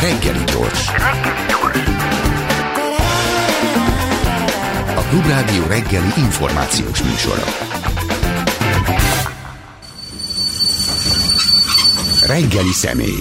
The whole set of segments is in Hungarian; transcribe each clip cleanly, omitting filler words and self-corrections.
Reggeli gyors. A Klubrádió reggeli információs műsora. Reggeli személy.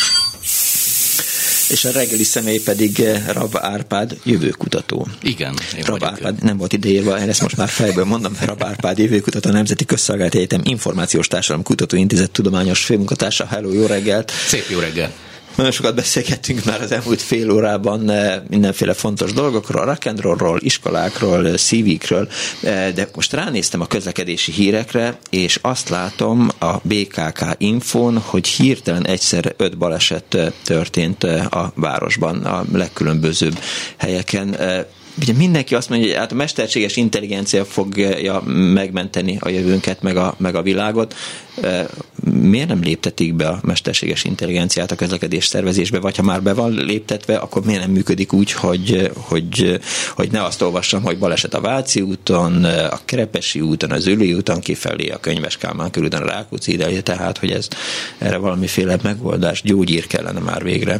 És a reggeli személy pedig Rab Árpád, jövőkutató. Igen. Rab Árpád, nem volt ideírva, én ezt most már fejből mondom, Rab Árpád, jövőkutató, a Nemzeti Közszolgálati Egyetem Információs Társadalom Kutatóintézet tudományos főmunkatársa. Hello, jó reggelt! Szép jó reggelt! Nagyon sokat beszélgettünk már az elmúlt fél órában mindenféle fontos dolgokról, rock and rollról, iskolákról, szívikről, de most ránéztem a közlekedési hírekre, és azt látom a BKK infón, hogy hirtelen egyszerre 5 baleset történt a városban, a legkülönbözőbb helyeken. Ugye mindenki azt mondja, hogy hát a mesterséges intelligencia fogja megmenteni a jövőnket, meg a világot. Miért nem léptetik be a mesterséges intelligenciát a közlekedés szervezésbe, vagy ha már be van léptetve, akkor miért nem működik úgy, hogy ne azt olvassam, hogy baleset a Váci úton, a Kerepesi úton, az Üllői úton kifelé, a Könyves Kálmán körúton, a Rákóczi ide, tehát hogy erre valamiféle megoldás, gyógyír kellene már végre.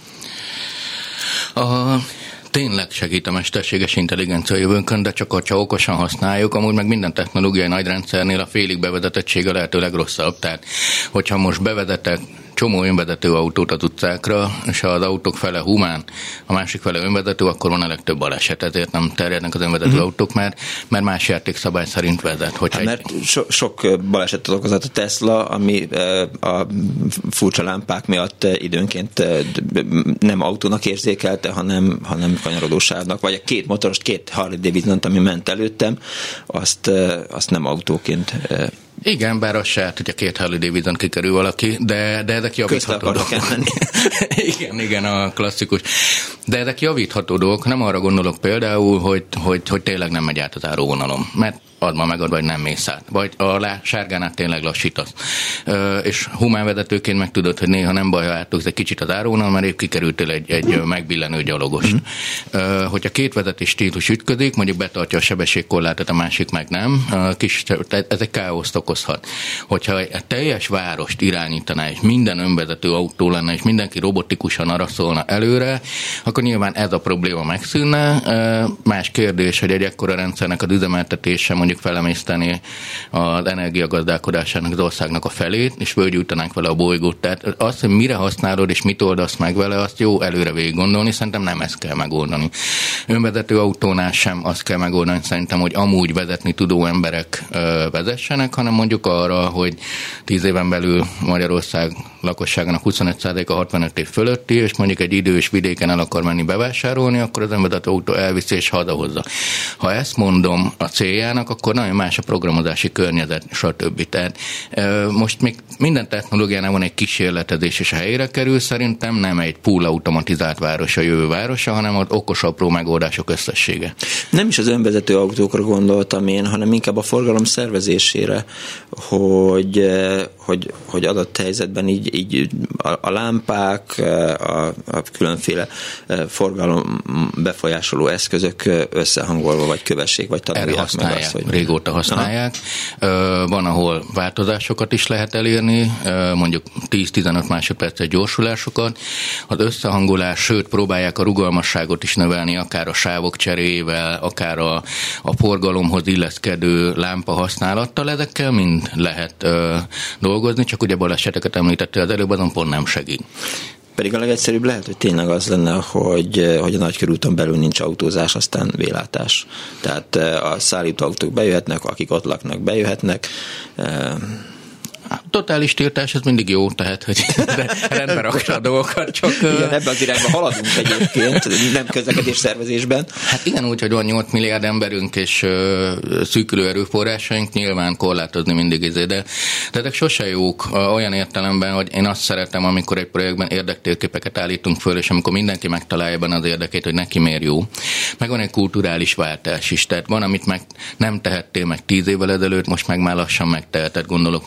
Tényleg segít a mesterséges intelligencia jövőnkön, de csak ha okosan használjuk, amúgy meg minden technológiai nagyrendszernél a félig bevezetettsége lehető legrosszabb. Tehát, hogyha most bevezetek csomó önvezető autót az utcákra, és ha az autók fele humán, a másik fele önvezető, akkor van a legtöbb baleset, ezért nem terjednek az önvezető autók, mert más játékszabály szerint vezet. Mert sok balesetet okozott a Tesla, ami a furcsa lámpák miatt időnként nem autónak érzékelte, hanem kanyarodósávnak, vagy a két motorost, 2 Harley Davidson, ami ment előttem, azt nem autóként. Igen, bár az se, hogyha 2 Harley Davidson kikerül valaki, de ezek javítható dolgok. Igen, a klasszikus. De ezek javítható dolgok. Nem arra gondolok például, hogy tényleg nem megy át az áróvonalon, mert adva megadva, vagy nem mész át. Vagy a sárgánát tényleg lassítasz. És humán vezetőként meg tudod, hogy néha nem baj, ha átugsz egy kicsit az áróvonalon, mert épp kikerültél egy megbillenő gyalogost. Hogyha 2 vezetés stílus ütközik, mondjuk betartja a sebességkorlátot, a másik meg nem, ez egy káoszt okozhat. Hogyha egy teljes várost irányítaná, és minden önvezető autó lenne, és mindenki robotikusan arra szólna előre, akkor nyilván ez a probléma megszűnne. Más kérdés, hogy egy ekkora rendszernek az üzemeltetése mondjuk felemészteni az energiagazdálkodásának az országnak a felét, és fölgyújtanánk vele a bolygót. Tehát azt, hogy mire használod, és mit oldasz meg vele, azt jó előre végig gondolni, szerintem nem ezt kell megoldani. Önvezető autónál sem azt kell megoldani, szerintem, hogy amúgy vezetni tudó emberek vezessenek, hanem mondjuk arra, hogy 10 éven belül Magyarország lakosságának 25%-a 65 év fölötti, és mondjuk egy idős vidéken el akar menni bevásárolni, akkor az önvezető autó elviszi és hazahozza. Ha ezt mondom a céljának, akkor nagyon más a programozási környezet, stb. Tehát most még minden technológiánál van egy kísérletezés, és a helyére kerül, szerintem nem egy full automatizált város a jövő városa, hanem az okos apró megoldások összessége. Nem is az önvezető autókra gondoltam én, hanem inkább a forgalom szervezésére, hogy adott helyzetben így a lámpák, a különféle forgalom befolyásoló eszközök összehangolva, vagy kövessék, vagy tanulják meg azt, hogy... Régóta használják. Van, ahol változásokat is lehet elérni, mondjuk 10-15 másodperces gyorsulásokat. Az összehangolás, sőt próbálják a rugalmasságot is növelni, akár a sávok cseréjével, akár a forgalomhoz illeszkedő lámpa használattal, ezekkel mind lehet dolgozni, csak ugye baleseteket említettél az előbb, azon pont nem segít. Pedig a legegyszerűbb lehet, hogy tényleg az lenne, hogy a nagykörúton belül nincs autózás, aztán vélátás. Tehát a szállítóautók bejöhetnek, akik ott laknak, bejöhetnek. Totális tiltás, ez mindig jó, tehát, hogy rendben raksa a dolgokat, csak... Igen, ebben az irányba haladunk egyébként, nem közlekedés szervezésben. Hát igen, úgy, hogy van 8 milliárd emberünk és szűkülő erőforrásaink, nyilván korlátozni mindig de ezek sose jók olyan értelemben, hogy én azt szeretem, amikor egy projektben érdektérképeket állítunk föl, és amikor mindenki megtalálja ebben az érdekét, hogy neki miért jó. Meg van egy kulturális váltás is, tehát van, amit meg nem tehettél meg 10 évvel ezelőtt, most meg már lassan megteheted, gondolok mondjuk egy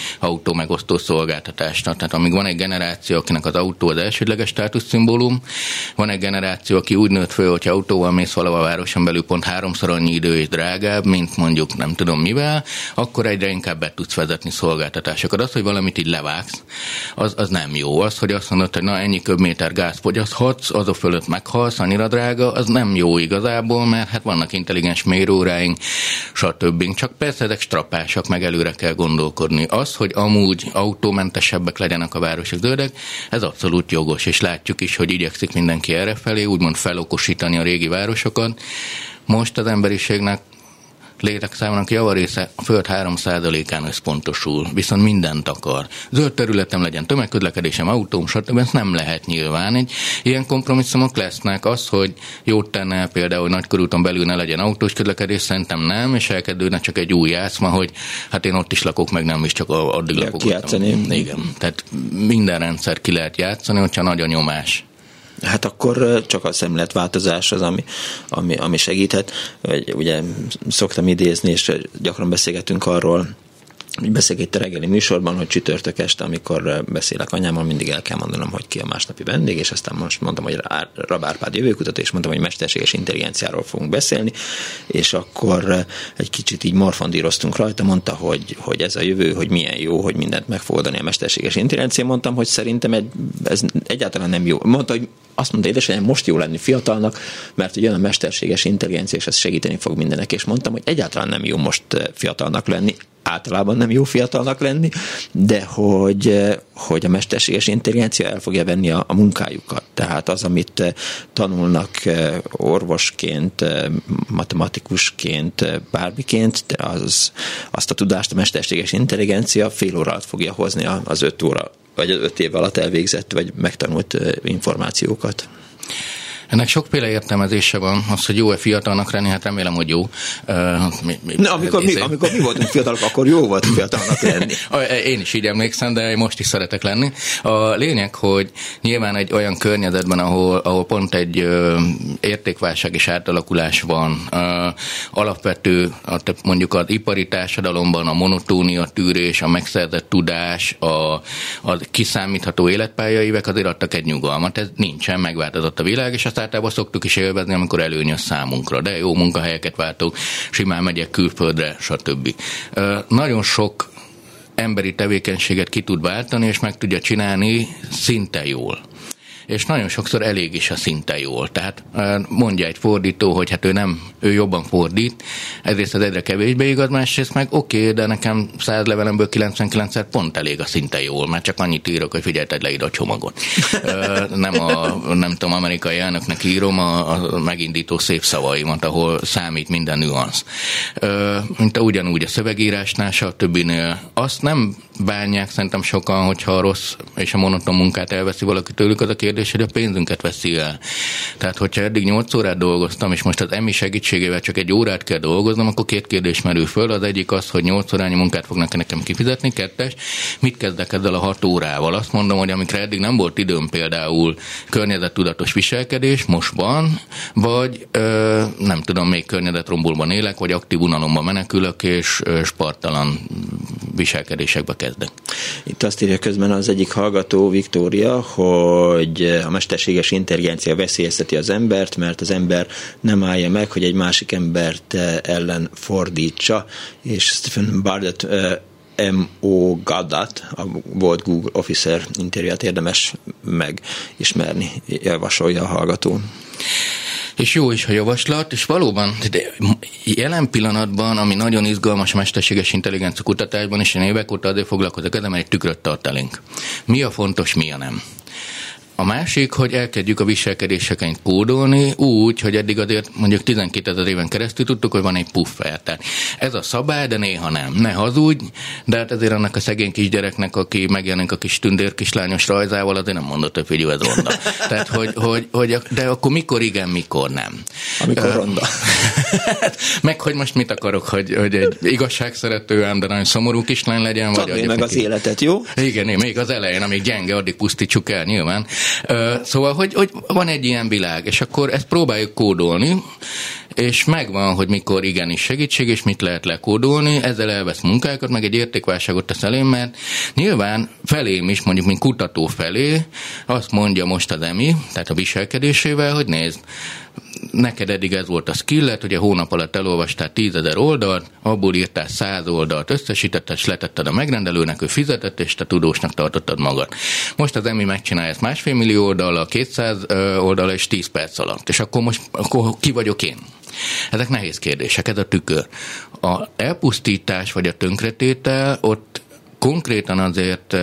autó megosztó szolgáltatásra. Tehát amíg van egy generáció, akinek az autó az elsődleges státuszszimbólum, van egy generáció, aki úgy nőtt föl, hogyha autóval mész valahol a városon belül pont 3-szor annyi idő és drágább, mint mondjuk nem tudom mivel, akkor egyre inkább be tudsz vezetni szolgáltatásokat. Az, hogy valamit így levágsz, az nem jó. Az, hogy azt mondod, hogy na ennyi köbméter gáz fogyaszthatsz, azok fölött meghalsz, annyira drága, az nem jó igazából, mert hát vannak intelligens mérőóráink, stb. Csak persze ezek strapásak, meg előre kell gondolkodni. Az, hogy amúgy autómentesebbek legyenek a városok, zöldek, ez abszolút jogos, és látjuk is, hogy igyekszik mindenki errefelé, úgymond felokosítani a régi városokat. Most az emberiségnek létszámának javarésze a föld 3%-án összpontosul, viszont mindent akar. Zöld területem legyen, tömegközlekedésem, autóm, stb. Ezt nem lehet nyilván. Egy ilyen kompromisszumok lesznek. Az, hogy jót tenne például, hogy Nagykörúton belül ne legyen autós közlekedés, szerintem nem, és elkezdődne csak egy új játszma, hogy hát én ott is lakok, meg nem is csak addig lakok. Igen. Tehát minden rendszer ki lehet játszani, hogyha nagy a nyomás. Hát akkor csak a szemléletváltozás az, ami segíthet. Ugye szoktam idézni, és gyakran beszélgetünk arról, beszélgetett a reggeli műsorban, hogy csütörtök este, amikor beszélek anyámmal, mindig el kell mondanom, hogy ki a másnapi vendég, és aztán most mondtam, hogy Rab Árpád jövőkutató, és mondtam, hogy mesterséges intelligenciáról fogunk beszélni, és akkor egy kicsit így morfondíroztunk rajta, mondta, hogy ez a jövő, hogy milyen jó, hogy mindent meg fog oldani a mesterséges intelligencia. Mondtam, hogy szerintem ez egyáltalán nem jó. Mondta, hogy azt mondta édesanyám, most jó lenni fiatalnak, mert jön a mesterséges intelligencia, és ez segíteni fog mindenek, és mondtam, hogy egyáltalán nem jó most fiatalnak lenni, általában nem jó fiatalnak lenni, de hogy a mesterséges intelligencia el fogja venni a munkájukat. Tehát az, amit tanulnak orvosként, matematikusként, bármiként, azt a tudást a mesterséges intelligencia fél óra alatt fogja hozni az 5 óra, vagy az 5 év alatt elvégzett, vagy megtanult információkat. Ennek sokféle értelmezése van, az, hogy jó-e fiatalnak lenni, hát remélem, hogy jó. Amikor mi voltunk fiatalok, akkor jó volt fiatalnak lenni. Én is így emlékszem, de most is szeretek lenni. A lényeg, hogy nyilván egy olyan környezetben, ahol pont egy értékválság és átalakulás van, alapvető, mondjuk az ipari társadalomban a monotónia tűrés, a megszerzett tudás, a kiszámítható életpályaivek azért adtak egy nyugalmat. Ez nincsen, megváltozott a világ, és azt általában szoktuk is élvezni, amikor előnyös számunkra, de jó munkahelyeket váltok, simán megyek külföldre, stb. Nagyon sok emberi tevékenységet ki tud váltani, és meg tudja csinálni szinte jól. És nagyon sokszor elég is a szinte jól. Tehát mondja egy fordító, hogy hát ő jobban fordít, egyrészt az egyre kevésbé igaz, másrészt meg oké, de nekem 100 levelemből 99-szer pont elég a szinte jól, mert csak annyit írok, hogy figyelted, leír a csomagot. Nem tudom, amerikai elnöknek írom a megindító szép szavaimat, ahol számít minden nüansz. Mint ugyanúgy a szövegírásnál, stb. Azt nem bánják szerintem sokan, hogyha a rossz és a monoton munkát elveszi valaki tőlük, az a kérdés, hogy a pénzünket veszi el. Tehát, hogyha eddig 8 órát dolgoztam, és most az EMI segítségével csak 1 órát kell dolgoznom, akkor 2 kérdés merül föl. Az egyik az, hogy 8 órányi munkát fognak nekem kifizetni, 2. mit kezdek ezzel a 6 órával? Azt mondom, hogy amikre eddig nem volt időm, például környezettudatos viselkedés, most van, vagy nem tudom, még környezetrombolban élek, vagy aktív unalomban menekülök, és spartalan viselkedésekbe kezdek. Itt azt írja közben az egyik hallgató, Viktória, hogy a mesterséges intelligencia veszélyezteti az embert, mert az ember nem állja meg, hogy egy másik embert ellen fordítsa, és Stephen Bartlett M.O. Goddard, a volt Google Officer interjúját érdemes megismerni, javasolja a hallgató. És jó is a javaslat, és valóban de jelen pillanatban, ami nagyon izgalmas a mesterséges intelligencia kutatásban, és én évek óta azért foglalkozok, ez egy tükröt tart elénk. Mi a fontos, mi a nem. A másik, hogy elkezdjük a viselkedéseket kódolni úgy, hogy eddig azért mondjuk 12 000 éven keresztül tudtuk, hogy van egy puffer. Tehát ez a szabály, de néha nem. Ne hazudj, de hát azért annak a szegény kisgyereknek, aki megjelenik a kis tündér kislányos rajzával, azért nem mondott, hogy figyelj, ez ronda. Tehát, hogy de akkor mikor igen, mikor nem. Amikor ronda. Meg hogy most mit akarok, hogy egy igazságszerető, ám de nagyon szomorú kislány legyen. Tanulj meg az életet, jó? Igen, még az elején, amíg gyenge, addig pusztítsuk el, nyilván. Szóval, hogy van egy ilyen világ, és akkor ezt próbáljuk kódolni, és megvan, hogy mikor igenis segítség, és mit lehet lekódolni, ezzel elvesz munkákat, meg egy értékválságot tesz elém, mert nyilván felém is, mondjuk mint kutató felé, azt mondja most az EMI, tehát a viselkedésével, hogy nézd, neked eddig ez volt a skillet, ugye hónap alatt elolvastál 10 000 oldalt, abból írtál 100 oldalt, összesítetted, és letetted a megrendelőnek, ő fizetett, és te tudósnak tartottad magad. Most az EMI megcsinálja ezt 1,5 millió oldallal, 200 oldal és 10 perc alatt. És akkor ki vagyok én? Ezek nehéz kérdések, ez a tükör. A elpusztítás vagy a tönkretétel ott konkrétan azért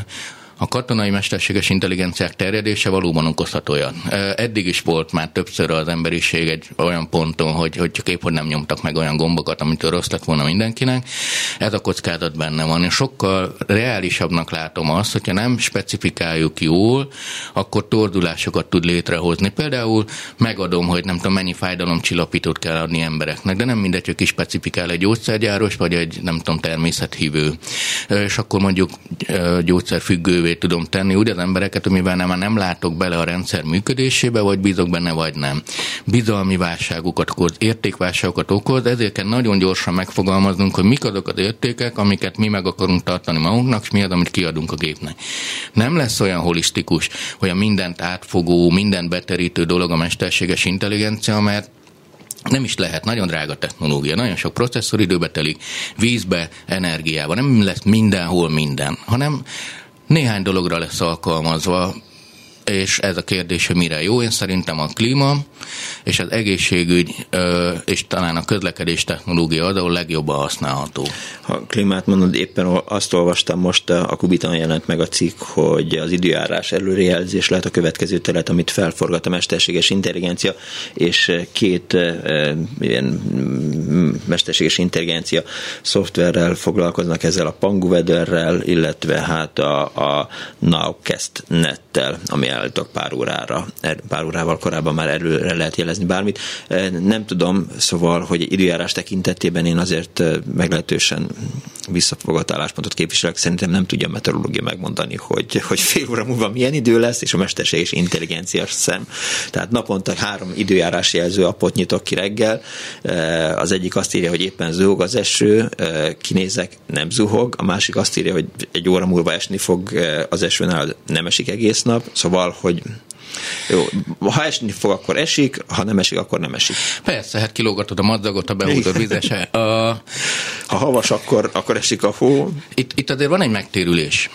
a katonai mesterséges intelligenciák terjedése valóban okozhat olyan. Eddig is volt már többször az emberiség egy olyan ponton, hogy csak épp hogy nem nyomtak meg olyan gombokat, amitől rossz lett volna mindenkinek. Ez a kockázat benne van. Én sokkal reálisabbnak látom azt, hogyha nem specifikáljuk jól, akkor tordulásokat tud létrehozni. Például megadom, hogy nem tudom, mennyi fájdalomcsillapítót kell adni embereknek, de nem mindegy, hogy ki specifikál egy gyógyszergyáros, vagy egy nem tudom, természethívő. És akkor mondjuk gyógyszerfüggő tudom tenni úgy az embereket, amivel nem látok bele a rendszer működésébe, vagy bízok benne, vagy nem. Bizalmi válságokat okoz, értékválságokat okoz, ezért kell nagyon gyorsan megfogalmaznunk, hogy mik azok az értékek, amiket mi meg akarunk tartani magunknak, és mi az, amit kiadunk a gépnek. Nem lesz olyan holisztikus, hogy a mindent átfogó, mindent beterítő dolog a mesterséges intelligencia, mert nem is lehet, nagyon drága technológia, nagyon sok processzoridőbe telik, vízbe, energiába, nem lesz mindenhol minden, hanem néhány dologra lesz alkalmazva, és ez a kérdés, hogy mire jó. Én szerintem a klíma és az egészségügy és talán a közlekedés technológia az, ahol legjobban használható. Ha klímát mondod, éppen azt olvastam most, a Kubiton jelent meg a cikk, hogy az időjárás előrejelzés lehet a következő terület, amit felforgat a mesterséges intelligencia, és 2 ilyen mesterséges intelligencia szoftverrel foglalkoznak ezzel, a Pangu Weatherrel, illetve hát a Nowcast.net-tel, ami állítok pár órával korábban már előre lehet jelezni bármit. Nem tudom, szóval, hogy időjárás tekintetében én azért meglehetősen visszafogott álláspontot képviselek. Szerintem nem tudja a meteorológia megmondani, hogy fél óra múlva milyen idő lesz, és a mesterséges intelligenciás szem. Tehát naponta 3 időjárás jelző appot nyitok ki reggel. Az egyik azt írja, hogy éppen zuhog az eső, kinézek, nem zuhog. A másik azt írja, hogy 1 óra múlva esni fog az esőnál, nem esik egész nap. Szóval, hogy jó, ha esni fog, akkor esik, ha nem esik, akkor nem esik. Persze, hát kilógatod a madzagot, a behúzod vizese. Ha havas, akkor esik a hó. Itt azért van egy megtérülés.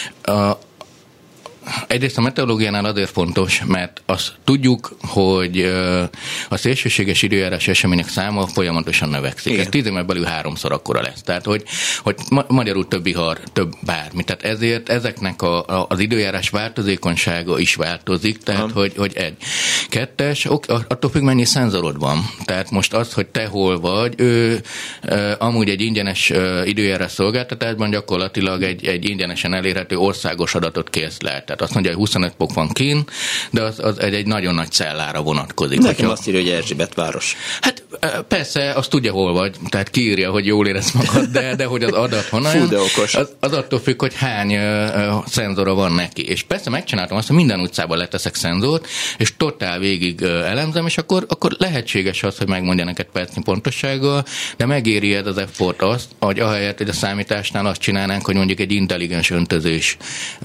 Egyrészt a meteorológiánál azért fontos, mert azt tudjuk, hogy a szélsőséges időjárás események száma folyamatosan növekszik. Igen. Ez 10 éven belül 3-szor akkora lesz. Tehát, hogy magyarul több vihar, több bármi. Tehát ezért ezeknek az időjárás változékonysága is változik, tehát, hogy 1. 2, attól függ, mennyi szenzorod van. Tehát most az, hogy te hol vagy, amúgy egy ingyenes időjárás szolgáltatásban gyakorlatilag egy ingyenesen elérhető országos adatot kérsz le. Tehát azt mondja, hogy 25 fok van kín, de az egy nagyon nagy cellára vonatkozik. Nekem azt írja, hogy Erzsébet város. Hát persze, azt tudja, hol vagy, tehát kiírja, hogy jól érez magad, de hogy az adat honnan, az attól függ, hogy hány szenzora van neki. És persze megcsináltam azt, hogy minden utcában leteszek szenzort, és totál végig elemzem, és akkor lehetséges az, hogy megmondja neked percnyi pontossággal, de megéri ez az effort azt, hogy ahelyett, hogy a számításnál azt csinálnánk, hogy mondjuk egy intelligens öntözés,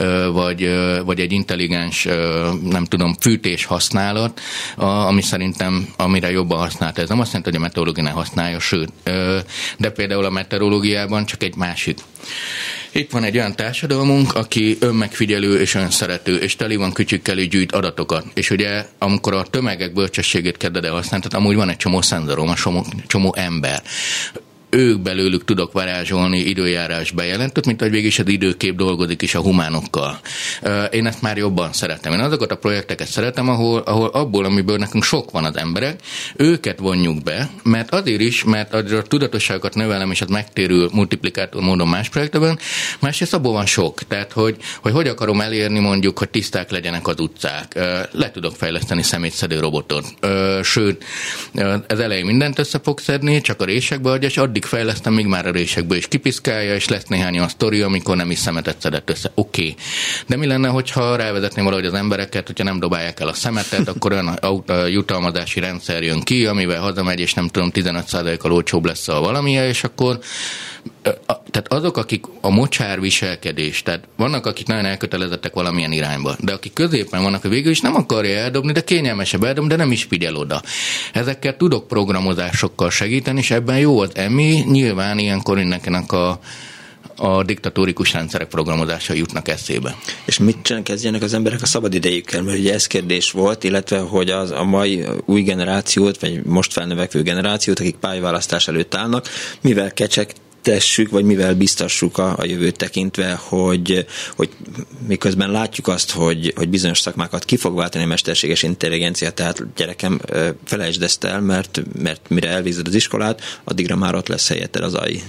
vagy egy intelligens, nem tudom, fűtés használat, ami szerintem, amire jobban használt. Ez nem azt jelenti, hogy a meteorológia ne használja, sőt, de például a meteorológiában csak egy másik. Itt van egy olyan társadalmunk, aki önmegfigyelő és önszerető, és teli van kütyükkel, gyűjt adatokat. És ugye, amikor a tömegek bölcsességét kezded el használni, tehát amúgy van egy csomó szenzorom, csomó ember. Ők belőlük tudok varázsolni időjárás bejelentőt, mint hogy végig is az időkép dolgozik is a humánokkal. Én ezt már jobban szeretem. Én azokat a projekteket szeretem, ahol abból, amiből nekünk sok van az emberek, őket vonjuk be, mert azért is, mert a tudatosságokat növelem, és az megtérül multiplikátor módon más projektben, másrészt abból van sok. Tehát, hogy akarom elérni mondjuk, hogy tiszták legyenek az utcák. Le tudok fejleszteni szemétszedő robotot. Sőt, ez elején mindent össze fog szedni, csak a résekbe adja, és addig addig fejlesztem, míg már a résekből is kipiszkálja, és lesz néhány olyan sztori, amikor nem is szemetet szedett össze. Oké. De mi lenne, hogyha rávezetném valahogy az embereket, hogyha nem dobálják el a szemetet, akkor olyan jutalmazási rendszer jön ki, amivel hazamegy, és nem tudom, 15%-kal olcsóbb lesz a valamilyen, és akkor tehát azok, akik a mocsár viselkedés, tehát vannak, akik nagyon elkötelezettek valamilyen irányba, de akik középen vannak, hogy végül is nem akarja eldobni, de kényelmesebb eldobni, de nem is figyel oda. Ezekkel tudok programozásokkal segíteni, és ebben jó az EMI, nyilván ilyenkor mindenkinek a diktatórikus rendszerek programozása jutnak eszébe. És mit kezdjenek az emberek a szabadidejükkel? Mert ugye ez kérdés volt, illetve hogy az a mai új generációt, vagy most felnövekvő generációt, akik pályaválasztás előtt állnak, mivel tessük, vagy mivel biztassuk a jövőt tekintve, hogy miközben látjuk azt, hogy bizonyos szakmákat ki fog váltani a mesterséges intelligencia, tehát gyerekem, felejtsd ezt el, mert mire elvégzed az iskolát, addigra már ott lesz helyetted az AI.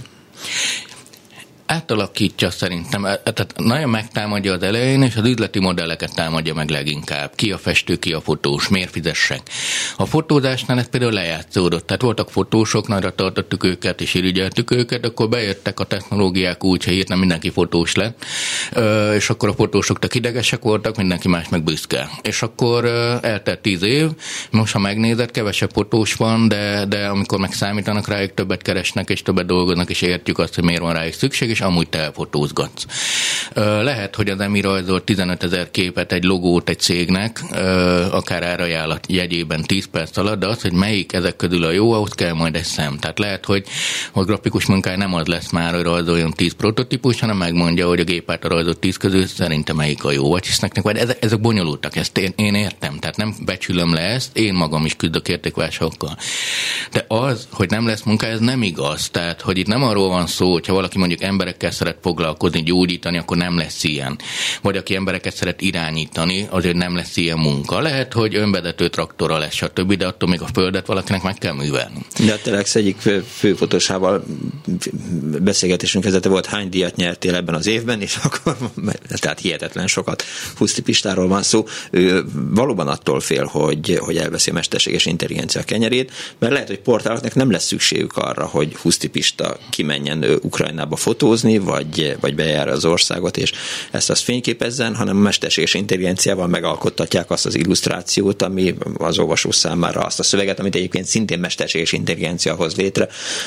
Átalakítja szerintem, tehát nagyon megtámadja az elején, és az üzleti modelleket támadja meg leginkább. Ki a festő, ki a fotós, miért fizessek. A fotózásnál ez például lejátszódott, tehát voltak fotósok, nagyra tartottuk őket, és irigyeltük őket, akkor bejöttek a technológiák úgy, hogy hirtelen mindenki fotós lett, és akkor a fotósok tök idegesek voltak, mindenki más meg büszke. És akkor eltelt 10 év, most ha megnézed, kevesebb fotós van, de amikor megszámítanak rájuk, többet keresnek, és többet dolgoznak, és értjük azt, hogy miért van rájuk szükség, és amúgy te elfotózgatsz. Lehet, hogy az EMI rajzolt 15 000 képet, egy logót egy cégnek, akár árajánlat jegyében 10 perc alatt, de az, hogy melyik ezek közül a jó, ahhoz kell majd egy szem. Tehát lehet, hogy a grafikus munkája nem az lesz már, hogy rajzoljon 10 prototípus, hanem megmondja, hogy a gép által rajzolt 10 közül szerintem melyik a jó. Vagy hisznek, vagy ezek bonyolultak, ezt én értem, tehát nem becsülöm le ezt, én magam is küzdök értékválságokkal. De az, hogy nem lesz munka, ez nem igaz. Tehát, hogy itt nem arról van szó, hogyha valaki mondjuk emberekkel szeret foglalkozni, gyógyítani, akkor nem lesz ilyen. Vagy aki embereket szeret irányítani, azért nem lesz ilyen munka. Lehet, hogy önvezető traktora lesz, stb., de attól még a földet valakinek meg kell művelni. De a Telex egyik főfotósával beszélgetésünk kezdete volt, hány díjat nyertél ebben az évben, és akkor, tehát hihetetlen sokat. Huszti Pistáról van szó. Ő valóban attól fél, hogy elveszi a mesterséges intelligencia kenyerét, mert lehet, hogy portáloknak nem lesz szükségük arra, hogy Huszti Pista kimenjen Ukrajnába fotózni, vagy bejárja az országot, és ezt fényképezzen, hanem a mesterséges intelligenciával megalkottatják azt az illusztrációt, ami az olvasó számára azt a szöveget, amit egyébként szintén mesterséges intelligencia hoz létre,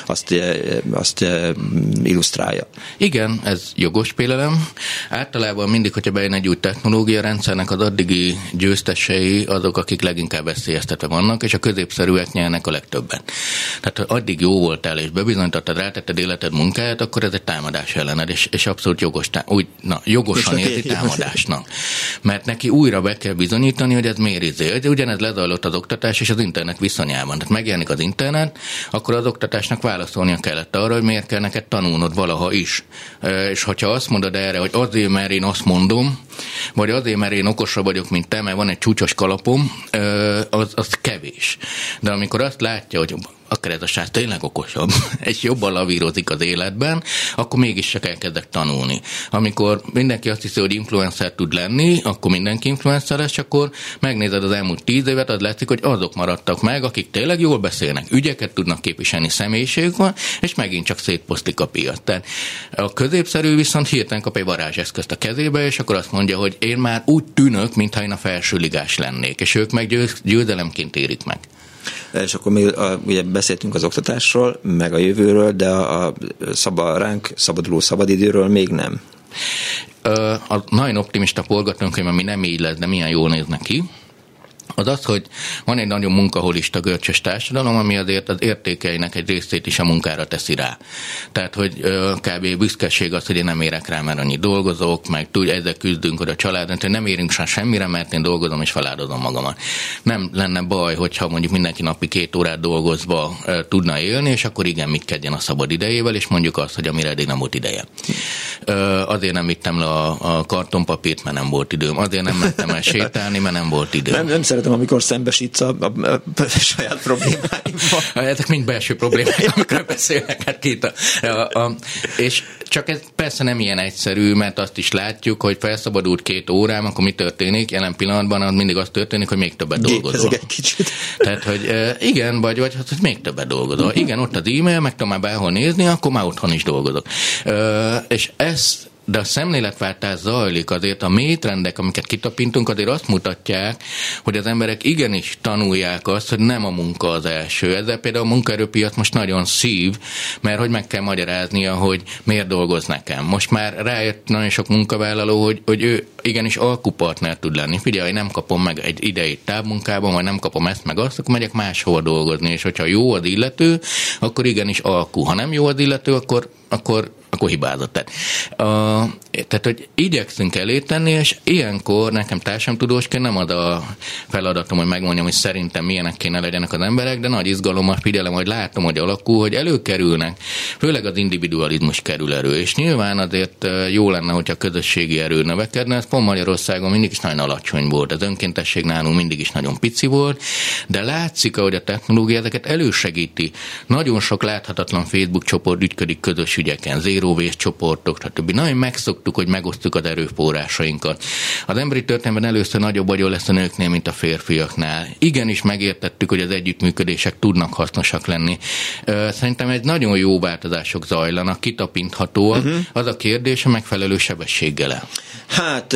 azt illusztrálja. Igen, ez jogos pélelem. Általában mindig, hogyha bejön egy új technológia rendszernek, az addigi győztesei azok, akik leginkább veszélyeztetve vannak, és a középszerűek nyernek a legtöbben. Tehát ha addig jó voltál, és bebizonyítottad, rátetted életed munkáját, akkor ez egy támadás ellened, és abszolút jogosan érzi támadásnak. Mert neki újra be kell bizonyítani, hogy ez miért izé. Ugyanez lezajlott az oktatás és az internet viszonyában. Tehát megjelenik az internet, akkor az oktatásnak válaszolnia kellett arra, hogy miért kell neked tanulnod valaha is. És hogyha azt mondod erre, hogy azért, mert én azt mondom, vagy azért, mert én okosabb vagyok, mint te, mert van egy csúcsos kalapom, az kevés. De amikor azt látja, hogy akkor ez a srác tényleg okosabb, és jobban lavírozik az életben, akkor mégis csak elkezdek tanulni. Amikor mindenki azt hiszi, hogy influencer tud lenni, akkor mindenki influencer lesz, akkor megnézed az elmúlt 10 évet, az látszik, hogy azok maradtak meg, akik tényleg jól beszélnek, ügyeket tudnak képviselni, személyiségük van, és megint csak szétposztik a piac. Tehát a középszerű viszont hirtelen kap egy varázseszközt a kezébe, és akkor azt mondja, hogy én már úgy tűnök, mintha én a felsőligás lennék, és ők meg győzelemként érik meg. És akkor még ugye beszéltünk az oktatásról, meg a jövőről, de a ránk szabaduló szabadidőről még nem. A nagyon optimista forgatókönyv, ami nem így lesz, de milyen jól néz neki, az, hogy van egy nagyon munkaholista görcsös társadalom, ami azért az értékeinek egy részét is a munkára teszi rá. Tehát, hogy kb. Büszkeség az, hogy én nem érek rá, mert annyi dolgozok, meg ezzel küzdünk, hogy a családon, hogy nem érünk semmire, mert én dolgozom és feláldozom magamat. Nem lenne baj, hogyha mondjuk mindenki napi 2 órát dolgozva tudna élni, és akkor igen, mit kezdjen a szabad idejével, és mondjuk azt, hogy amire eddig nem volt ideje. azért nem vittem le a kartonpapírt, mert nem volt időm, azért nem mentem el sétálni, mert nem volt időm. Nem szeretem, amikor szembesítsz a saját problémáimmal. Ezek mind belső problémák, amikor beszélnek hát két. És csak ez persze nem ilyen egyszerű, mert azt is látjuk, hogy felszabadult 2 órám, akkor mi történik? Jelen pillanatban mindig az történik, hogy még többet dolgozol. Tehát, hogy igen, vagy hogy még többet dolgozol. Igen, ott az e-mail, meg tudom már bárhol nézni, akkor már otthon is dolgozok. És de a szemléletváltás zajlik, azért a mélytrendek, amiket kitapintunk, azért azt mutatják, hogy az emberek igenis tanulják azt, hogy nem a munka az első. Ezzel például a munkaerőpiac most nagyon szív, mert hogy meg kell magyaráznia, hogy miért dolgoz nekem. Most már rájött nagyon sok munkavállaló, hogy ő igenis alkupartner tud lenni. Figyelj, nem kapom meg egy idei távmunkában, vagy nem kapom ezt meg azt, akkor megyek máshol dolgozni, és hogyha jó az illető, akkor igenis alku. Ha nem jó az illető, akkor hibázott. Tehát, hogy igyekszünk elé tenni, és ilyenkor nekem társadalomtudósként nem ad a feladatom, hogy megmondjam, hogy szerintem milyenek kéne legyenek az emberek, de nagy izgalommal figyelem, hogy látom, hogy alakul, hogy előkerülnek, főleg az individualizmus kerül elő, és nyilván azért jó lenne, hogyha a közösségi erő növekedne, ez pont Magyarországon mindig is nagyon alacsony volt, az önkéntesség nálunk mindig is nagyon pici volt, de látszik, ahogy a technológia ezeket elősegíti. Nagyon sok láthatatlan Facebook csoport ügyködik közös ügyeken, zero waste csoportok, stb. Nagyon megszoktuk, hogy megosztjuk az erőforrásainkat. Az emberi történelemben először nagyobb vagyon lesz a nőknél, mint a férfiaknál. Igenis megértettük, hogy az együttműködések tudnak hasznosak lenni. Szerintem egy nagyon jó változások zajlanak, kitapinthatóak. Az a kérdés, a megfelelő sebességgel. Hát,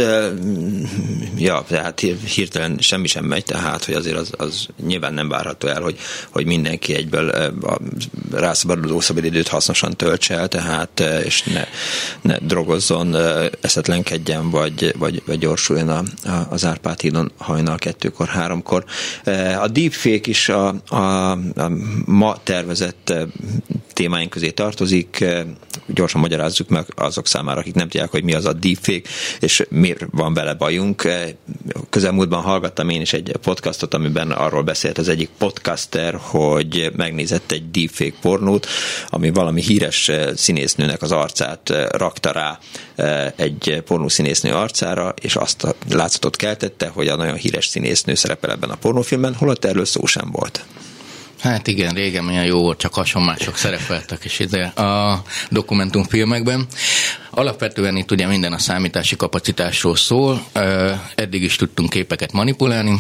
tehát hirtelen semmi sem megy, tehát, hogy azért az nyilván nem várható el, hogy mindenki egyből a rászabaduló szabadidőt hasznosan töltse el, tehát és ne drogozzon, eszetlenkedjen, vagy gyorsuljon az Árpád hídon hajnal 2-kor, 3-kor. A deepfake is a ma tervezett témáink közé tartozik. Gyorsan magyarázzuk meg azok számára, akik nem tudják, hogy mi az a deepfake, és miért van vele bajunk. Közelmúltban hallgattam én is egy podcastot, amiben arról beszélt az egyik podcaster, hogy megnézett egy deepfake pornót, ami valami híres színésznőnek az arcát rakta rá egy pornószínésznő arcára, és azt a látszatot keltette, hogy a nagyon híres színésznő szerepel ebben a pornófilmben, holott erről szó sem volt. Hát igen, régen milyen jó volt, csak hasonmások szerepeltek is ide a dokumentumfilmekben. Alapvetően itt ugye minden a számítási kapacitásról szól, eddig is tudtunk képeket manipulálni,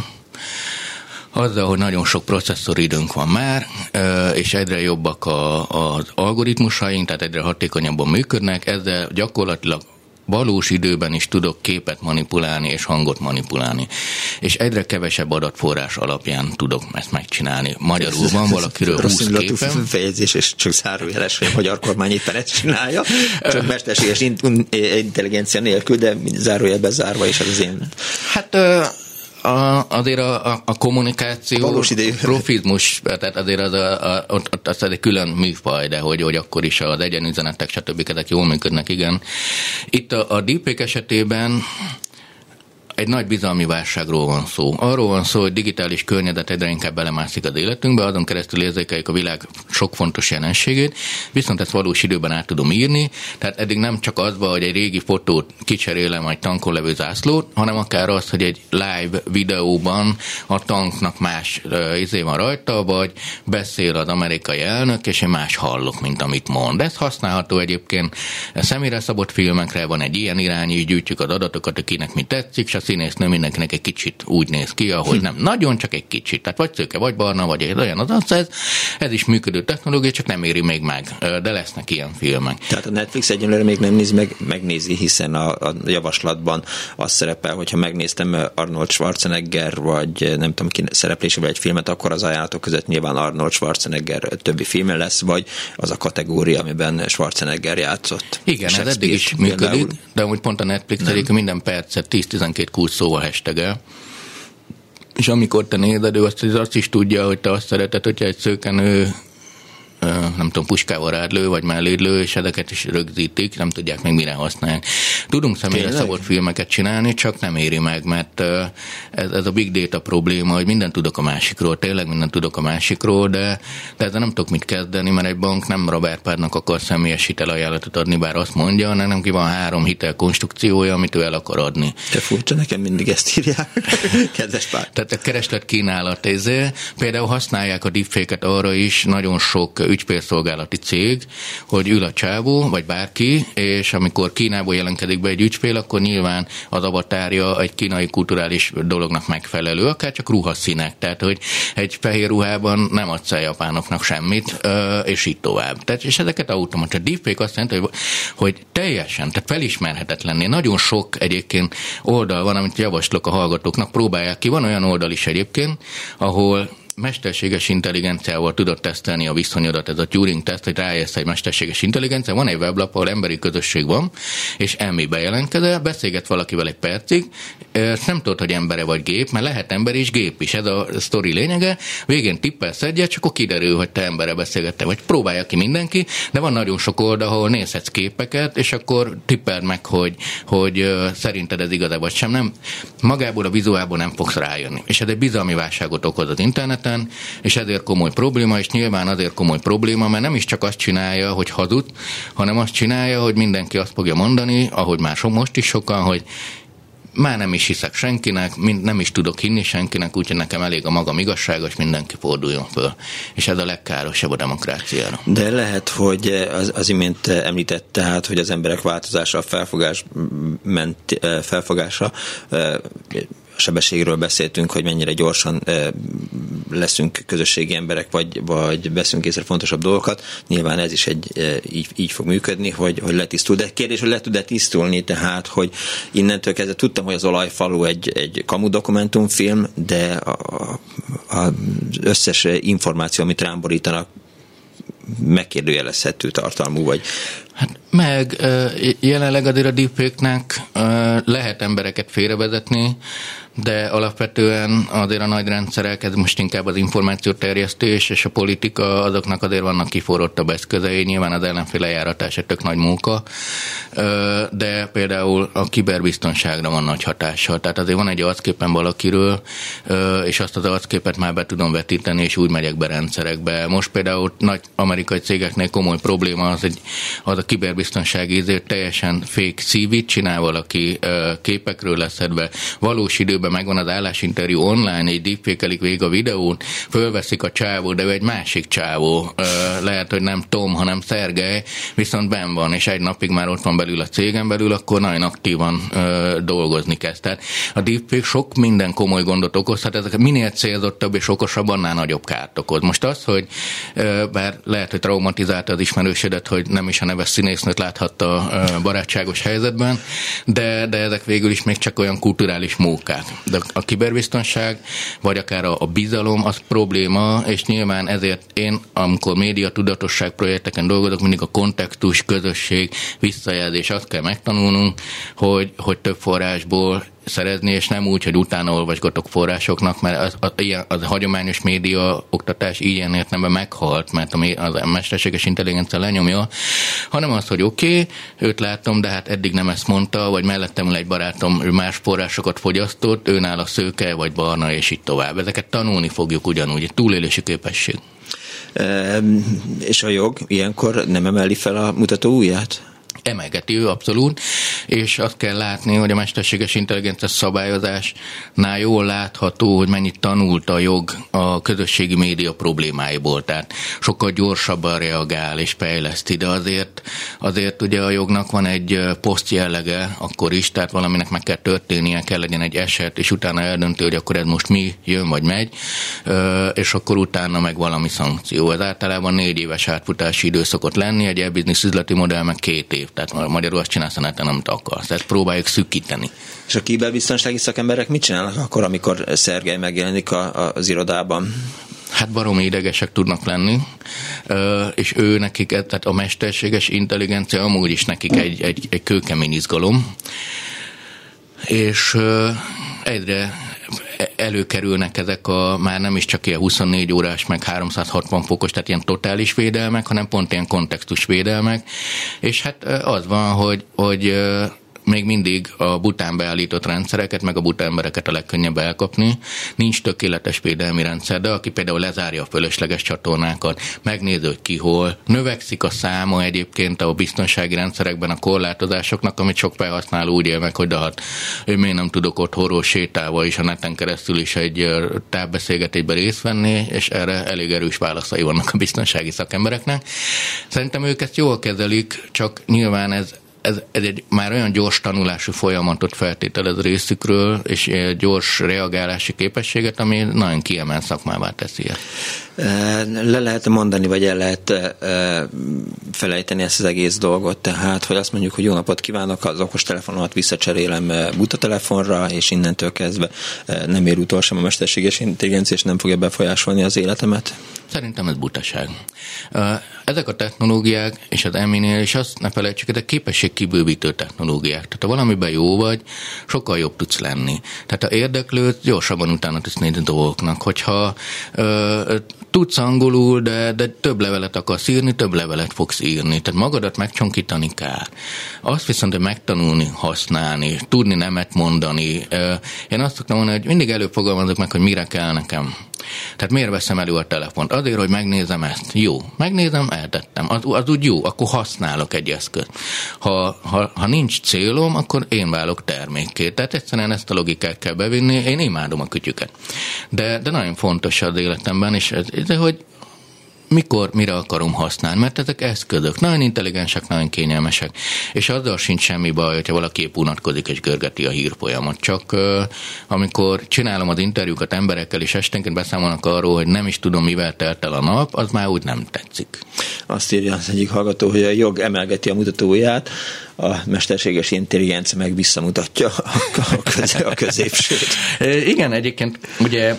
azzal, hogy nagyon sok processzoridőnk van már, és egyre jobbak az algoritmusaink, tehát egyre hatékonyabban működnek, ezzel gyakorlatilag valós időben is tudok képet manipulálni és hangot manipulálni. És egyre kevesebb adatforrás alapján tudok ezt megcsinálni. Magyarul van valakiről 20 képen. Fejezés, és csak zárójeles, hogy a magyar kormány éppen ezt csinálja. Csak mesterséges intelligencia nélkül, de zárójelben zárva is az én... Hát... azért a kommunikáció, profizmus, tehát azért az egy külön műfaj, de hogy akkor is az egyenüzenetek, stb. Ezek jól működnek, igen. Itt a deepfake esetében egy nagy bizalmi válságról van szó. Arról van szó, hogy digitális környezet egyre inkább belemászik az életünkbe, azon keresztül érzékeljük a világ sok fontos jelenségét, viszont ezt valós időben át tudom írni, tehát eddig nem csak az van, hogy egy régi fotót kicserélem egy tankon levő zászlót, hanem akár az, hogy egy live videóban a tanknak más van rajta, vagy beszél az amerikai elnök, és én más hallok, mint amit mond. Ez használható egyébként személyre szabott filmekre, van egy ilyen irányú, gyűjtjük az adatokat, akinek mi tetszik, és a színésznő mindenkinek egy kicsit úgy néz ki, ahogy nem nagyon, csak egy kicsit. Tehát vagy szőke, vagy barna, vagy olyan az arc, ez is működő technológia, csak nem éri még meg, de lesznek ilyen filmek. Tehát a Netflix egyenlőre még nem néz meg, megnézi, hiszen a javaslatban az szerepel, hogyha megnéztem Arnold Schwarzenegger, vagy nem tudom ki szereplésével egy filmet, akkor az ajánlatok között nyilván Arnold Schwarzenegger többi filme lesz, vagy az a kategória, amiben Schwarzenegger játszott. Igen, ez eddig is működik, de amúgy pont a Netflix minden percet 10-12 kulcs szóval hashtag-el. És amikor te nézed, ő azt is tudja, hogy te azt szereted, hogyha egy szőkenő nem tudom, puskával rád lő, vagy melléd lő, és ezeket is rögzítik, nem tudják még mire használni. Tudunk személyre szabott filmeket csinálni, csak nem éri meg, mert ez a big data probléma, hogy mindent tudok a másikról, tényleg mindent tudok a másikról, de ezzel nem tudok mit kezdeni, mert egy bank nem Robert Párnak akar személyes hitelajánlatot adni, bár azt mondja, hanem ki van 3 hitelkonstrukciója, amit ő el akar adni. Te furcsa, nekem mindig ezt írják, kedves Pár. Tehát a kereslet kínálat például használják a deepfake-et arra is nagyon sok ügyfélszolgálati cég, hogy ül a csávó, vagy bárki, és amikor Kínából jelentkezik be egy ügyfél, akkor nyilván az avatárja egy kínai kulturális dolognak megfelelő, akár csak ruhaszínek, tehát hogy egy fehér ruhában nem adsz el japánoknak semmit, és így tovább. Tehát, és ezeket automatikusan. Deepfake azt jelenti, hogy teljesen, tehát felismerhetetlenné. Nagyon sok egyébként oldal van, amit javaslok a hallgatóknak, próbálják ki. Van olyan oldal is egyébként, ahol mesterséges intelligenciával tudod tesztelni a viszonyodat, ez a Turing-teszt, hogy rájössz egy mesterséges intelligencia, van egy weblap, ahol emberi közösség van, és emmi bejelentkezel, beszélget valakivel egy percig, nem tudod, hogy embere vagy gép, mert lehet ember és gép is, ez a sztori lényege, végén tippelsz egyet, csak akkor kiderül, hogy te embere beszélgettél, vagy próbálja ki mindenki, de van nagyon sok oldal, ahol nézhetsz képeket, és akkor tippeld meg, hogy szerinted ez igaz vagy sem, nem, magából a vizuálból nem fogsz rájönni. És ez egy bizalmi válságot okoz az internet, és ezért komoly probléma, és nyilván azért komoly probléma, mert nem is csak azt csinálja, hogy hazud, hanem azt csinálja, hogy mindenki azt fogja mondani, ahogy már most is sokan, hogy már nem is hiszek senkinek, nem is tudok hinni senkinek, úgyhogy nekem elég a magam igazsága, és mindenki forduljon föl. És ez a legkárosabb a demokráciára. De lehet, hogy az imént említett, tehát, hogy az emberek változása, felfogása, sebességről beszéltünk, hogy mennyire gyorsan leszünk közösségi emberek, vagy veszünk észre fontosabb dolgokat. Nyilván ez is így fog működni, hogy letisztul. De kérdés, hogy le tud-e tisztulni, tehát, hogy innentől kezdve tudtam, hogy az Olajfalu egy kamu dokumentumfilm, de az összes információ, amit rám borítanak, megkérdőjelezhető tartalmú, vagy... Hát meg jelenleg azért a deepfake-nek lehet embereket félrevezetni, de alapvetően azért a nagy rendszerek, ez most inkább az információterjesztés és a politika, azoknak azért vannak kiforrottabb eszközei, nyilván az ellenfél lejáratás egy tök nagy munka, de például a kiberbiztonságra van nagy hatással. Tehát azért van egy arcképen valakiről, és azt az arcképet már be tudom vetíteni, és úgy megyek be rendszerekbe. Most például nagy amerikai cégeknél komoly probléma az a kiberbiztonsági teljesen fake CV-t csinál valaki, képekről leszedve, valós időben megvan az állásinterjú online, egy deepfake-elik végig a videón, fölveszik a csávó, de ő egy másik csávó, lehet, hogy nem Tom, hanem Szergej, viszont benn van, és egy napig már ott van belül a cégen belül, akkor nagyon aktívan dolgozni kezd. Tehát a deepfake sok minden komoly gondot okozhat, ezek minél célzottabb és okosabb, annál nagyobb kárt okoz. Most az, hogy bár lehet, hogy traumatizálta az ismerősödet, hogy nem is a neves színésznőt láthatta barátságos helyzetben, de ezek végül is még csak olyan kulturális mókák. De a kiberbiztonság, vagy akár a bizalom, az probléma, és nyilván ezért én, amikor média tudatosság projekteken dolgozok, mindig a kontextus, közösség, visszajelzés, azt kell megtanulnunk, hogy több forrásból szerezni, és nem úgy, hogy utána olvasgatok forrásoknak, mert az hagyományos média oktatás ilyen értelemben meghalt, mert a mesterséges intelligencia lenyomja, hanem az, hogy oké, őt látom, de hát eddig nem ezt mondta, vagy mellettem egy barátom más forrásokat fogyasztott, őnál a szőke, vagy barna, és így tovább. Ezeket tanulni fogjuk ugyanúgy, egy túlélési képesség. És a jog ilyenkor nem emeli fel a mutató ujját? Emelgeti ő abszolút, és azt kell látni, hogy a mesterséges intelligencia szabályozásnál jól látható, hogy mennyit tanult a jog a közösségi média problémáiból, tehát sokkal gyorsabban reagál és fejleszti, de azért ugye a jognak van egy poszt jellege akkor is, tehát valaminek meg kell történnie, kell legyen egy eset, és utána eldönti, hogy akkor ez most mi jön vagy megy, és akkor utána meg valami szankció. Ez általában 4 éves átfutási idő szokott lenni, egy e-business üzleti modell meg 2 év. Tehát magyarul azt csinálsz a neten, amit akarsz. Ezt próbáljuk szűkíteni. És a kiberbiztonsági szakemberek mit csinálnak akkor, amikor Szergej megjelenik az irodában? Hát baromi idegesek tudnak lenni, és ő nekik, tehát a mesterséges intelligencia amúgy is nekik egy kőkemény izgalom, és előkerülnek ezek már nem is csak ilyen 24 órás, meg 360 fokos, tehát ilyen totális védelmek, hanem pont ilyen kontextusvédelmek, és hát az van, hogy még mindig a bután beállított rendszereket, meg a buta embereket a legkönnyebb elkapni. Nincs tökéletes védelmi rendszer, de aki például lezárja a fölösleges csatornákat, megnézi, hogy ki hol, növekszik a száma egyébként a biztonsági rendszerekben a korlátozásoknak, amit sok felhasználó úgy él meg, hogy de hát én még nem tudok otthonról sétálva is a neten keresztül is egy távbeszélgetésben részt venni, és erre elég erős válaszai vannak a biztonsági szakembereknek. Szerintem ők ezt jól kezelik, csak nyilván ez egy már olyan gyors tanulású folyamatot feltételez részükről, és gyors reagálási képességet, ami nagyon kiemelt szakmává teszi ezt. Le lehet mondani, vagy el lehet felejteni ezt az egész dolgot, tehát, hogy azt mondjuk, hogy jó napot kívánok, az okostelefonomat visszacserélem buta telefonra, és innentől kezdve nem ér utol sem a mesterséges intelligencia, és nem fogja befolyásolni az életemet? Szerintem ez butaság. Ezek a technológiák, és az EMI-nél, és azt ne felejtsük, ezek képességkibővítő technológiák. Tehát ha valamiben jó vagy, sokkal jobb tudsz lenni. Tehát ha érdeklődsz, gyorsabban utána tudsz nézni dolgoknak. Hogyha tudsz angolul, de több levelet akarsz írni, több levelet fogsz írni. Tehát magadat megcsonkítani kár. Azt viszont, hogy megtanulni, használni, tudni nemet mondani. Én azt szoktam mondani, hogy mindig előfogalmazok meg, hogy mire kell nekem. Tehát miért veszem elő a telefont? Azért, hogy megnézem ezt. Jó. Megnézem, eltettem. Az úgy jó, akkor használok egy eszközt. Ha nincs célom, akkor én válok termékké. Tehát egyszerűen ezt a logikát kell bevinni. Én imádom a kütyüket. De nagyon fontos az életemben, és ez, hogy mikor, mire akarom használni, mert ezek eszközök, nagyon intelligensek, nagyon kényelmesek, és azzal sincs semmi baj, hogyha valaki épp unatkozik és görgeti a hírfolyamat. Csak amikor csinálom az interjúkat emberekkel, és esténként beszámolnak arról, hogy nem is tudom, mivel telt el a nap, az már úgy nem tetszik. Azt írja az egyik hallgató, hogy a jog emelgeti a mutatóját, a mesterséges intelligencia meg visszamutatja a középsőt. Igen, egyébként ugye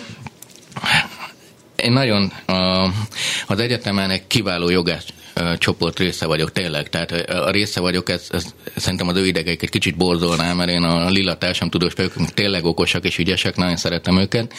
én nagyon az egyetemen egy kiváló jogász csoport része vagyok, tényleg. Tehát a része vagyok, ez szerintem az ő idegeik egy kicsit borzolnál, mert én a lila társadalomtudós fejük tényleg okosak és ügyesek, nagyon szeretem őket.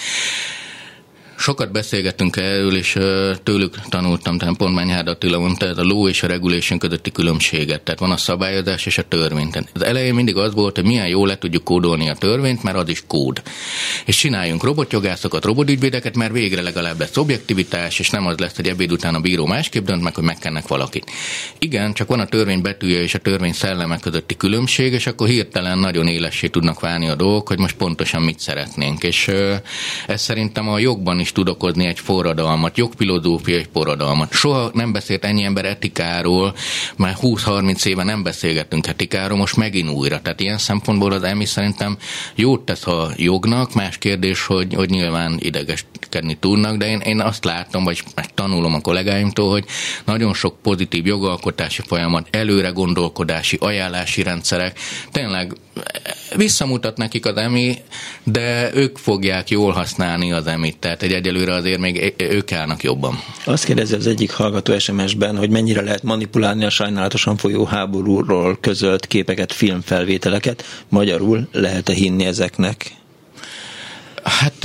Sokat beszélgettünk erről, és tőlük tanultam, tehát pont Menyhárd Attila mondta, ez a law és a regulation közötti különbséget. Tehát van a szabályozás és a törvény. Tehát az elején mindig az volt, hogy milyen jól le tudjuk kódolni a törvényt, mert az is kód. És csináljunk robotjogászokat, robotügyvédeket, mert végre legalább lesz objektivitás, és nem az lesz, hogy ebéd után a bíró másképp dönt meg, hogy megkennek valakit. Igen, csak van a törvény betűje és a törvény szelleme közötti különbség, és akkor hirtelen nagyon élessé tudnak válni a dolgok, hogy most pontosan mit szeretnénk. És ez szerintem a jogban is tud okozni egy forradalmat, jogfilozófiai forradalmat. Soha nem beszélt ennyi ember etikáról, már 20-30 éve nem beszélgettünk etikáról, most megint újra. Tehát ilyen szempontból az EMI szerintem jót tesz a jognak, más kérdés, hogy nyilván idegeskedni tudnak, de én azt látom, vagy tanulom a kollégáimtól, hogy nagyon sok pozitív jogalkotási folyamat, előre gondolkodási, ajánlási rendszerek, tényleg visszamutat nekik az EMI, de ők fogják jól használni az EMI-t, tehát egyelőre azért még ők állnak jobban. Azt kérdezi az egyik hallgató SMS-ben, hogy mennyire lehet manipulálni a sajnálatosan folyó háborúról közölt képeket, filmfelvételeket, magyarul lehet-e hinni ezeknek? Hát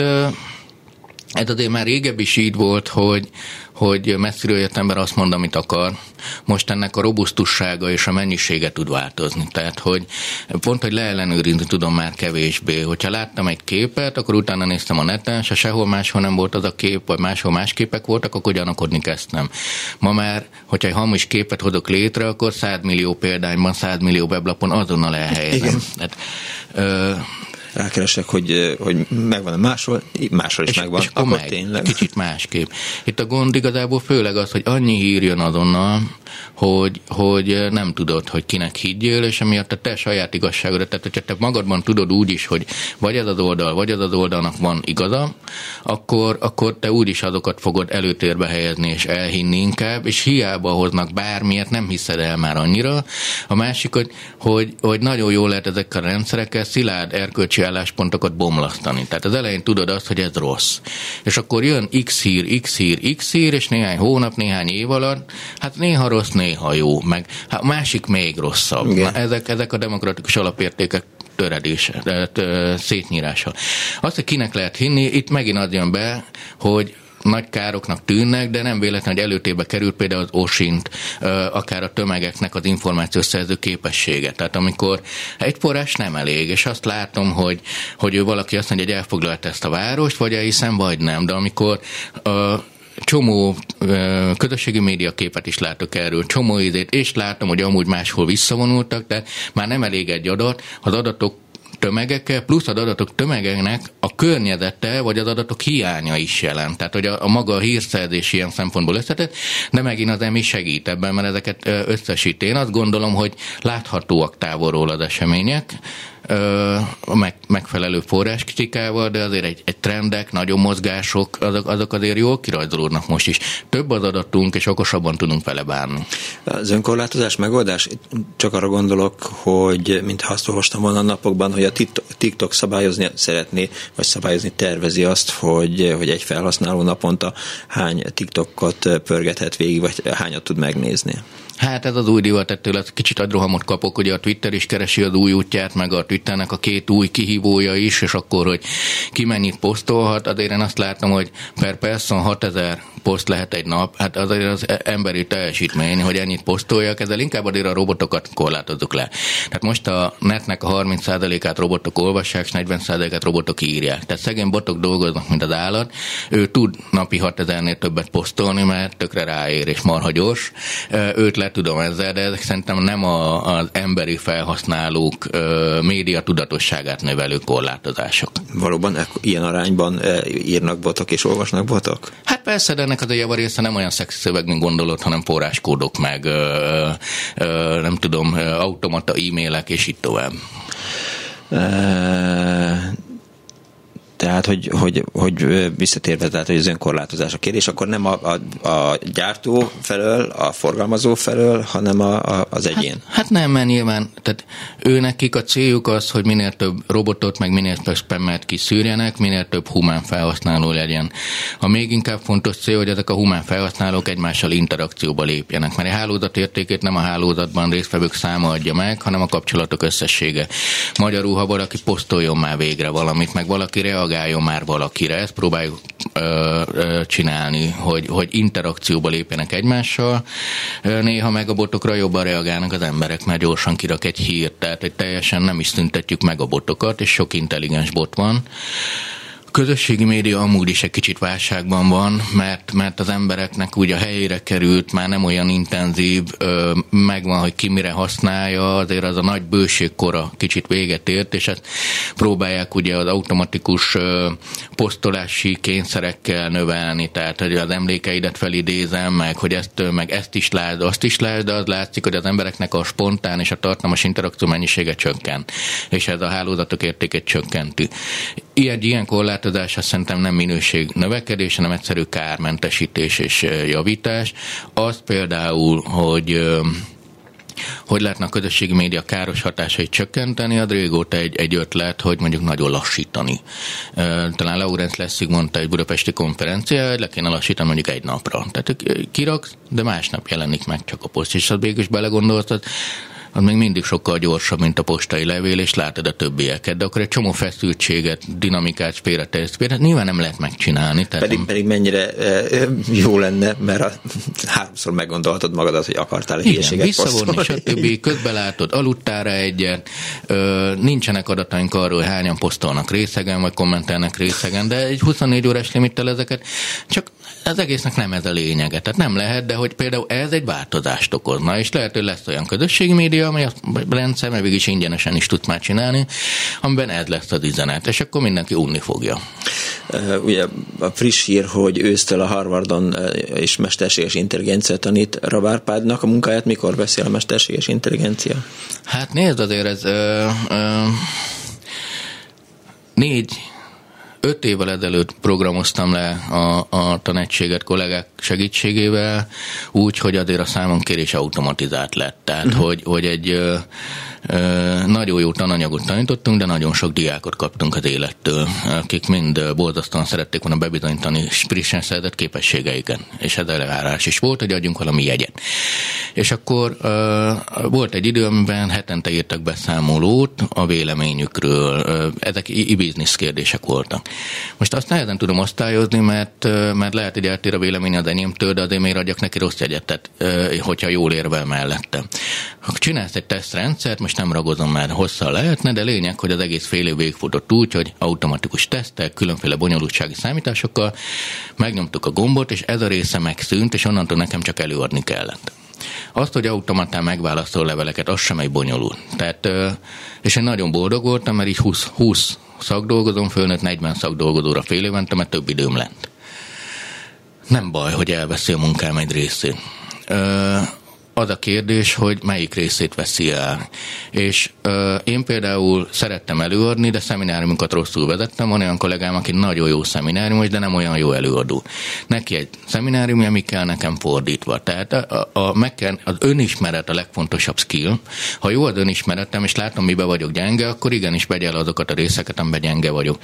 ez azért már régebb is így volt, hogy messziről jött ember azt mond, amit akar. Most ennek a robusztussága és a mennyisége tud változni. Tehát, hogy pont, hogy leellenőrizni tudom már kevésbé. Hogyha láttam egy képet, akkor utána néztem a neten, se sehol máshol nem volt az a kép, vagy máshol más képek voltak, akkor gyanakodni kezdtem. Ma már, hogyha egy hamis képet hozok létre, akkor 100 millió példányban, 100 millió weblapon azonnal elhelyezem. Rákeresek, hogy megvan máshol is megvan, és akkor tényleg. Kicsit másképp. Itt a gond igazából főleg az, hogy annyi hír jön azonnal, hogy nem tudod, hogy kinek higgyél, és emiatt a te saját igazságodat, tehát hogyha te magadban tudod úgy is, hogy vagy ez az oldal, vagy ez az oldalnak van igaza, akkor te úgy is azokat fogod előtérbe helyezni, és elhinni inkább, és hiába hoznak bármilyet, nem hiszed el már annyira. A másik, hogy nagyon jól lehet ezekkel a rendszerekkel szilárd erkölcsi álláspontokat bomlasztani. Tehát az elején tudod azt, hogy ez rossz. És akkor jön X hír, és néhány hónap, néhány év alatt, hát néha rossz, néha jó, meg másik még rosszabb. Na, ezek a demokratikus alapértékek töredése, szétnyírása. Azt, hogy kinek lehet hinni, itt megint az jön be, hogy nagy károknak tűnnek, de nem véletlen, hogy előtérbe került például az OSINT, akár a tömegeknek az információszerző képessége. Tehát amikor egy forrás nem elég, és azt látom, hogy ő valaki azt mondja, hogy elfoglalt ezt a várost, vagy elhiszem, vagy nem. De amikor csomó közösségi média képet is látok erről, csomó idét, és látom, hogy amúgy máshol visszavonultak, de már nem elég egy adat, az adatok tömegekkel, plusz az adatok tömegeknek a környezete, vagy az adatok hiánya is jelent. Tehát, hogy a maga a hírszerzés ilyen szempontból összetett, de megint az EMI segít ebben, mert ezeket összesít. Én azt gondolom, hogy láthatóak távolról az események, megfelelő forráskritikával, de azért egy trendek, nagyon mozgások, azok azért jól kirajzolódnak most is. Több az adatunk, és okosabban tudunk vele bánni. Az önkorlátozás megoldás? Csak arra gondolok, hogy mintha azt olvastam volna a napokban, hogy a TikTok szabályozni szeretné, vagy szabályozni tervezi azt, hogy egy felhasználó naponta hány TikTokot pörgethet végig, vagy hányat tud megnézni. Hát ez az új divat, ettől kicsit agyrohamot kapok, ugye a Twitter is keresi az új útját, meg a Twitternek a két új kihívója is, és akkor, hogy ki mennyit posztolhat, azért én azt látom, hogy per person 6000 poszt lehet egy nap, hát azért az emberi teljesítmény, hogy ennyit posztoljak, ezzel inkább azért a robotokat korlátozzuk le. Tehát most a netnek a 30%-át robotok olvassák, és 40%-át robotok írják. Tehát szegény botok dolgoznak, mint az állat, ő tud napi 6000-nél többet posztolni, mert tökre ráér és marha gyors. Őt le tudom ezzel, de ezek szerintem nem az emberi felhasználók média tudatosságát növelő korlátozások. Valóban ilyen arányban írnak botok és olvasnak botok? Hát persze, de ennek az a javarésze nem olyan szexi szöveg, mint gondolod, hanem forráskódok, meg nem tudom, automata e-mailek, és így tovább. Tehát, hogy visszatérve, tehát, hogy az önkorlátozás a kérdés, akkor nem a gyártó felől, a forgalmazó felől, hanem az egyén. Hát nem, mert nyilván, tehát őnekik a céljuk az, hogy minél több robotot, meg minél több spammet kiszűrjenek, minél több humán felhasználó legyen. A még inkább fontos cél, hogy ezek a humán felhasználók egymással interakcióba lépjenek, mert a hálózat értékét nem a hálózatban résztvevők száma adja meg, hanem a kapcsolatok összessége. Magyarul, ha valaki posztoljon már végre valamit, meg valaki reagáljon már valakire, ezt próbáljuk csinálni, hogy interakcióba lépjenek egymással. Néha meg a botokra jobban reagálnak az emberek, mert gyorsan kirak egy hírt, tehát hogy teljesen nem is szüntetjük meg a botokat, és sok intelligens bot van. Közösségi média amúgy is egy kicsit válságban van, mert az embereknek úgy a helyére került, már nem olyan intenzív, megvan, hogy ki mire használja, azért az a nagy bőségkora kicsit véget ért, és ezt próbálják ugye az automatikus posztolási kényszerekkel növelni, tehát hogy az emlékeidet felidézem, meg hogy ezt is lásd, azt is lásd, de az látszik, hogy az embereknek a spontán és a tartalmas interakció mennyisége csökken, és ez a hálózatok értékét csökkenti. Ilyen korlátozása szerintem nem minőség növekedés, hanem egyszerű kármentesítés és javítás. Az például, hogy lehetne a közösségi média káros hatásait csökkenteni, az régóta egy ötlet, hogy mondjuk nagyon lassítani. Talán Laurence Lessig mondta egy budapesti konferencián, hogy le kéne lassítani mondjuk egy napra. Tehát kiraksz, de másnap jelenik meg csak a poszt, és az végül is belegondoltad, az még mindig sokkal gyorsabb, mint a postai levél, és látod a többieket, de akkor egy csomó feszültséget, dinamikát, félreterjesztést nyilván nem lehet megcsinálni. Pedig mennyire jó lenne, mert háromszor meggondolhatod magadat, hogy akartál egy hülyeséget posztolni. Visszavonni, stb. Közbe látod, aludtál rá egyet, nincsenek adataink arról, hogy hányan posztolnak részegen, vagy kommentelnek részegen, de egy 24 órás limittel ezeket, csak az egésznek nem ez a lényege. Tehát nem lehet, de hogy például ez egy változást okozna, és lehet, hogy lesz olyan közösségi média, amely a rendszer, mert végig is ingyenesen is tud már csinálni, amiben ez lesz az üzenet, és akkor mindenki unni fogja. Ugye a friss hír, hogy ősztől a Harvardon is mesterséges intelligencia tanít Ravárpádnak a munkáját, mikor beszél a mesterséges intelligencia? Hát nézd, azért ez 5 évvel ezelőtt programoztam le a tanegységet kollégák segítségével, úgy, hogy azért a számonkérés automatizált lett. Tehát, hogy egy Nagyon jó tananyagot tanítottunk, de nagyon sok diákot kaptunk az élettől, akik mind borzasztóan szerették volna bebizonyítani frissen szerzett képességeiken, és ez elvárás is volt, hogy adjunk valami jegyet. És akkor volt egy idő, amiben hetente írtak beszámolót a véleményükről. Ezek e-business kérdések voltak. Most azt nehezen tudom osztályozni, mert lehet, hogy eltér a vélemény az enyémtől, de azért miért adjak neki rossz jegyet, tehát, hogyha jól érvel mellette. Ha csinálsz egy tesztrendszert, most nem ragozom, már hosszal lehetne, de lényeg, hogy az egész fél év végigfutott úgy, hogy automatikus tesztek, különféle bonyolultsági számításokkal, megnyomtuk a gombot, és ez a része megszűnt, és onnantól nekem csak előadni kellett. Azt, hogy automatán megválaszol leveleket, az sem egy bonyolult. Tehát, és én nagyon boldog voltam, mert így 20 szakdolgozom, fölnőtt 40 szakdolgozóra fél évente, mert több időm lett. Nem baj, hogy elveszi a munkám egy részét. Az a kérdés, hogy melyik részét veszi el. És én például szerettem előadni, de szemináriumokat rosszul vezettem. Van olyan kollégám, aki nagyon jó szemináriumos, de nem olyan jó előadó. Neki egy szemináriumja, mi kell, nekem fordítva. Tehát az önismeret a legfontosabb skill. Ha jó az önismeretem, és látom, miben vagyok gyenge, akkor igenis vegyel azokat a részeket, amiben gyenge vagyok.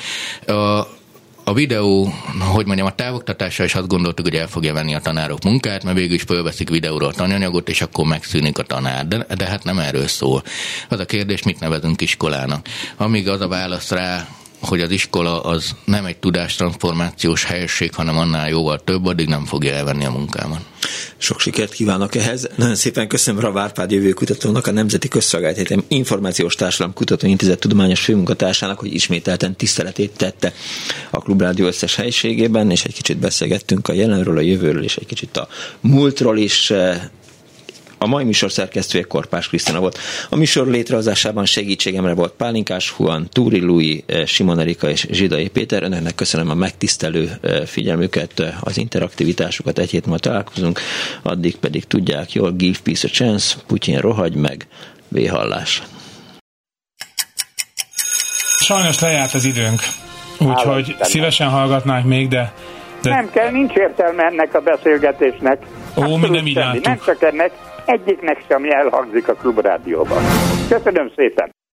A videó, hogy mondjam, a távoktatással is azt gondoltuk, hogy el fogja venni a tanárok munkát, mert végül is fölveszik videóra a tananyagot, és akkor megszűnik a tanár. De hát nem erről szól. Az a kérdés, mit nevezünk iskolának. Amíg az a válasz rá, hogy az iskola az nem egy tudástranszformációs helység, hanem annál jóval több, addig nem fogja elvenni a munkámat. Sok sikert kívánok ehhez. Nagyon szépen köszönöm Rav Árpád jövőkutatónak, a Nemzeti Közszolgált Egyetem Információs Társadalom Kutatóintézet tudományos főmunkatársának, hogy ismételten tiszteletét tette a Klubrádió összes helyiségében, és egy kicsit beszélgettünk a jelenről, a jövőről, és egy kicsit a múltról is. A mai műsor szerkesztője Korpás Krisztina volt. A műsor létrehozásában segítségemre volt Pálinkás Huan, Túri Lui, Simon Erika és Zsidai Péter. Önöknek köszönöm a megtisztelő figyelmüket, az interaktivitásukat. Egy hét múlva találkozunk, addig pedig tudják jól, give peace a chance, Putyin rohagy meg, véhallás. Sajnos lejárt az időnk, úgyhogy szívesen hallgatnánk még, de... Nem kell, nincs értelme ennek a beszélgetésnek. Ó, mi nem így láttuk. Nem csak ennek, egyiknek sem elhangzik a Klubrádióban. Köszönöm szépen!